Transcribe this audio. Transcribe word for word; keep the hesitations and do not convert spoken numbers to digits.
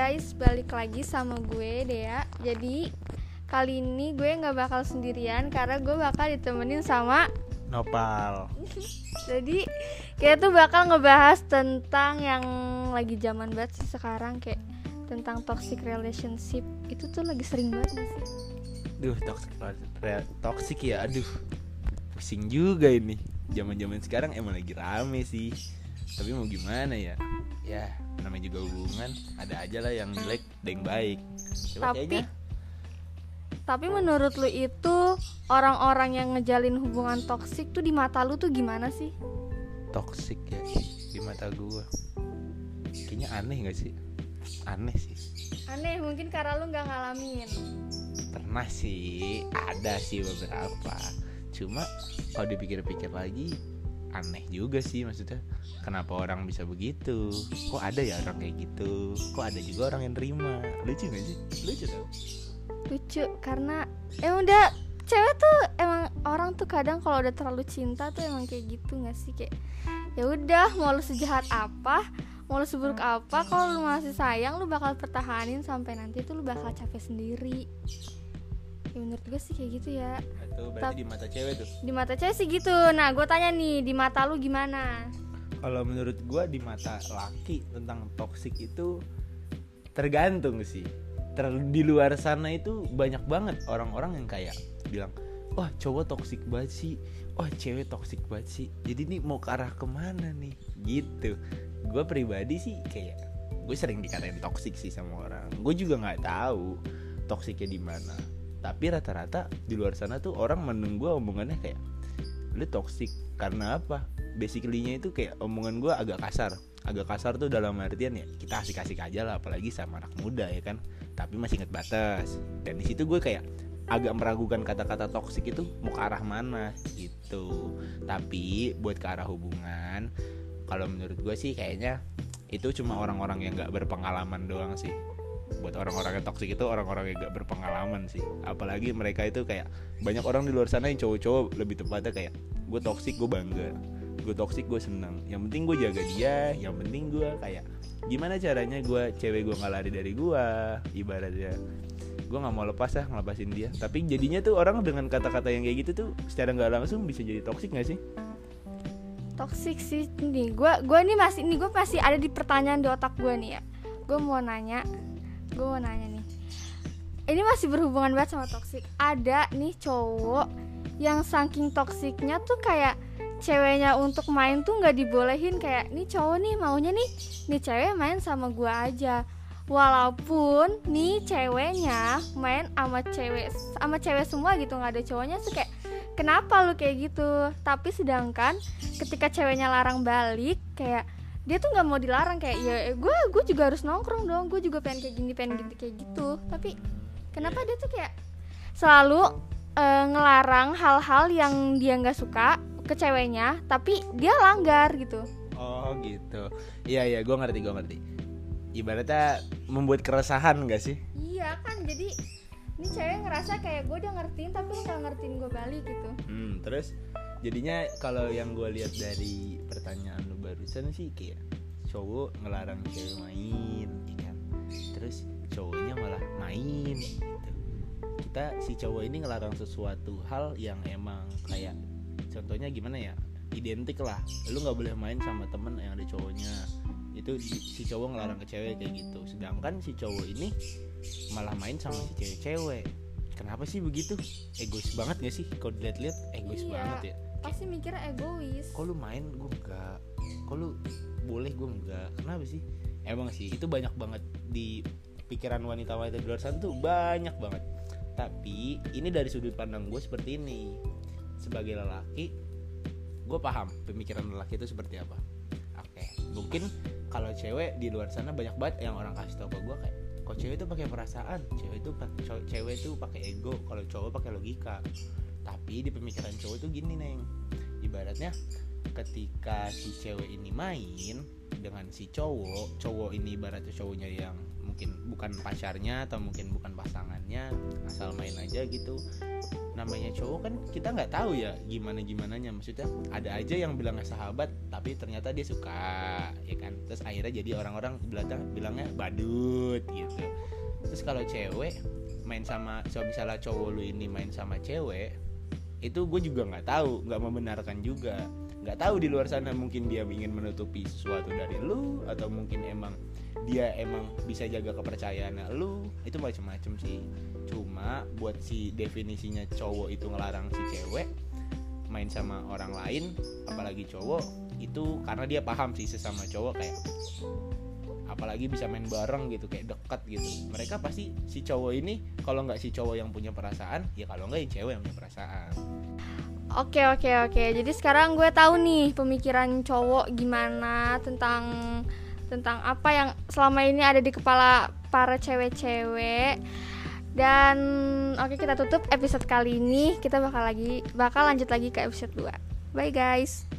guys, balik lagi sama gue Dea. Jadi kali ini gue gak bakal sendirian karena gue bakal ditemenin sama Nopal. Jadi kita tuh bakal ngebahas tentang yang lagi zaman banget sih sekarang, kayak tentang toxic relationship. Itu tuh lagi sering banget gak sih? Duh, toxic, toxic ya, aduh pusing juga ini. Zaman-zaman sekarang emang lagi rame sih. Tapi mau gimana ya? Ya, namanya juga hubungan, ada aja lah yang jelek, ada yang baik. Coba Tapi kayaknya. Tapi menurut lu itu orang-orang yang ngejalin hubungan toksik tuh di mata lu tuh gimana sih? Toxic ya di mata gua. Kayaknya aneh gak sih? Aneh sih. Aneh mungkin karena lu gak ngalamin. Pernah sih, ada sih beberapa. Cuma kalau dipikir-pikir lagi aneh juga sih, maksudnya kenapa orang bisa begitu? Kok ada ya orang kayak gitu? Kok ada juga orang yang terima? Lucu gak sih? Lucu tau? Lucu karena emang udah cewek tuh, emang orang tuh kadang kalau udah terlalu cinta tuh emang kayak gitu nggak sih, kayak ya udah mau lu sejahat apa, mau lu seburuk apa, kalau lu masih sayang lu bakal pertahanin sampai nanti tuh lu bakal capek sendiri. Ya menurut gue sih kayak gitu ya. Itu berarti Tapi di mata cewek tuh. di mata cewek sih gitu. Nah gue tanya nih, di mata lu gimana? Kalau menurut gue di mata laki tentang toksik itu tergantung sih. Ter- di luar sana itu banyak banget orang-orang yang kayak bilang, wah cowok toksik banget sih, wah cewek toksik banget sih. Jadi nih mau ke arah kemana nih? Gitu. Gue pribadi sih kayak gue sering dikatain toksik sih sama orang. Gue juga nggak tahu toksiknya di mana. Tapi rata-rata di luar sana tuh orang menurut gue omongannya kayak, lu toksik karena apa? Basically-nya itu kayak omongan gue agak kasar. Agak kasar tuh dalam artian ya kita asik-asik aja lah, apalagi sama anak muda ya kan. Tapi masih inget batas. Dan di situ gue kayak agak meragukan kata-kata toksik itu mau ke arah mana gitu. Tapi buat ke arah hubungan, kalau menurut gue sih kayaknya itu cuma orang-orang yang gak berpengalaman doang sih. Buat orang-orang yang toksik itu orang-orang yang gak berpengalaman sih. Apalagi mereka itu kayak banyak orang di luar sana yang cowok-cowok lebih tepatnya kayak, gue toksik gue bangga, gue toksik gue seneng, yang penting gue jaga dia, yang penting gue kayak gimana caranya gue cewek gue nggak lari dari gue, ibaratnya gue nggak mau lepas lah ngelepasin dia. Tapi jadinya tuh orang dengan kata-kata yang kayak gitu tuh secara nggak langsung bisa jadi toksik nggak sih? Toksik sih nih. Gue gue nih masih nih gue masih ada di pertanyaan di otak gue nih ya. Gue mau nanya, gue mau nanya nih. Ini masih berhubungan banget sama toksik. Ada nih cowok yang saking toksiknya tuh kayak ceweknya untuk main tuh nggak dibolehin, kayak nih cowok nih maunya nih nih cewek main sama gua aja, walaupun nih ceweknya main sama cewek sama cewek semua gitu, nggak ada cowoknya sih. Kayak kenapa lu kayak gitu? Tapi sedangkan ketika ceweknya larang balik, kayak dia tuh nggak mau dilarang, kayak ya gue gue juga harus nongkrong dong, gue juga pengen kayak gini pengen gitu kayak gitu. Tapi kenapa dia tuh kayak selalu uh, ngelarang hal-hal yang dia nggak suka ke ceweknya, tapi dia langgar gitu. Oh gitu. Iya iya, gue ngerti gue ngerti. Ibaratnya membuat keresahan nggak sih? Iya kan, jadi ini cewek ngerasa kayak gue udah ngertiin tapi lu nggak ngertiin gue balik gitu. Hmm, terus jadinya kalau yang gue lihat dari pertanyaan lu barusan sih kayak cowok ngelarang cewek main, ya kan? Terus cowoknya malah main gitu. Kita si cowok ini ngelarang sesuatu hal yang emang kayak, contohnya gimana ya, identik lah, lu nggak boleh main sama temen yang ada cowoknya. Itu si cowok ngelarang ke cewek kayak gitu. Sedangkan si cowok ini malah main sama si cewek-cewek. Kenapa sih begitu? Egois banget gak sih? Kalau dilihat-lihat egois Iya, banget ya. pasti mikirnya egois. Kok lu main gue enggak, kok lu boleh gue enggak, kenapa sih? Emang sih itu banyak banget di pikiran wanita-wanita di luar sana tuh, banyak banget. Tapi ini dari sudut pandang gue seperti ini. Sebagai lelaki, gue paham pemikiran lelaki itu seperti apa. Oke, mungkin kalau cewek di luar sana banyak banget yang orang kasih tau ke gue kayak, kok cewek itu pakai perasaan, cewek itu cewek itu pakai ego, kalau cowok pakai logika. Tapi di pemikiran cowok itu gini neng, ibaratnya ketika si cewek ini main dengan si cowok, cowok ini ibaratnya cowoknya yang mungkin bukan pacarnya atau mungkin bukan pasangannya, asal main aja gitu. namanya cowok kan kita nggak tahu ya gimana gimananya, maksudnya ada aja yang bilangnya sahabat tapi ternyata dia suka, ya kan. Terus akhirnya jadi orang-orang belakang bilangnya badut gitu. Terus kalau cewek main sama, so misalnya cowok lu ini main sama cewek, itu gue juga nggak tahu, nggak membenarkan juga, nggak tahu di luar sana mungkin dia ingin menutupi sesuatu dari lu, atau mungkin emang dia emang bisa jaga kepercayaan lu, itu macam-macam sih. Cuma buat si definisinya cowok itu ngelarang si cewek main sama orang lain, apalagi cowok, itu karena dia paham sih sesama cowok kayak apalagi bisa main bareng gitu, kayak dekat gitu. Mereka pasti si cowok ini, kalau nggak si cowok yang punya perasaan, ya kalau nggak ya cewek yang punya perasaan. Oke oke oke. Jadi sekarang gue tahu nih pemikiran cowok gimana tentang tentang apa yang selama ini ada di kepala para cewek-cewek. Dan oke, kita tutup episode kali ini. Kita bakal lagi bakal lanjut lagi ke episode dua. Bye guys.